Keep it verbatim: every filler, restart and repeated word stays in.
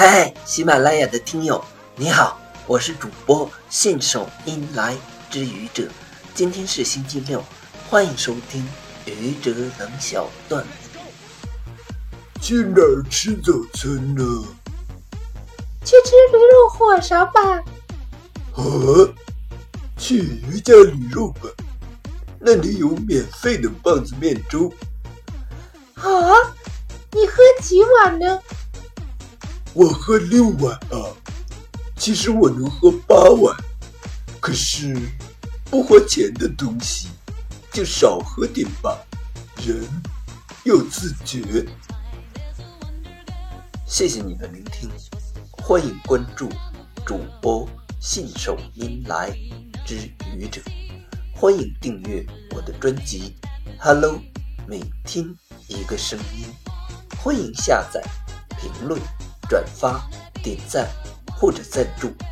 嗨，喜马拉雅的听友你好，我是主播信手拈来之愚者。今天是星期六，欢迎收听愚者冷小段。 去哪儿吃早餐呢？ 去吃驴肉火烧吧。 啊，去渔家驴肉吧，那里有免费的棒子面粥。 好啊，你喝几碗呢？ 我喝六碗啊，其实我能喝八碗，可是不花钱的东西就少喝点吧，人要自觉。 谢谢你的聆听，欢迎关注主播信手拈来之愚者，欢迎订阅我的专辑 Hello 每听一个声音，欢迎下载评论转发点赞或者赞助。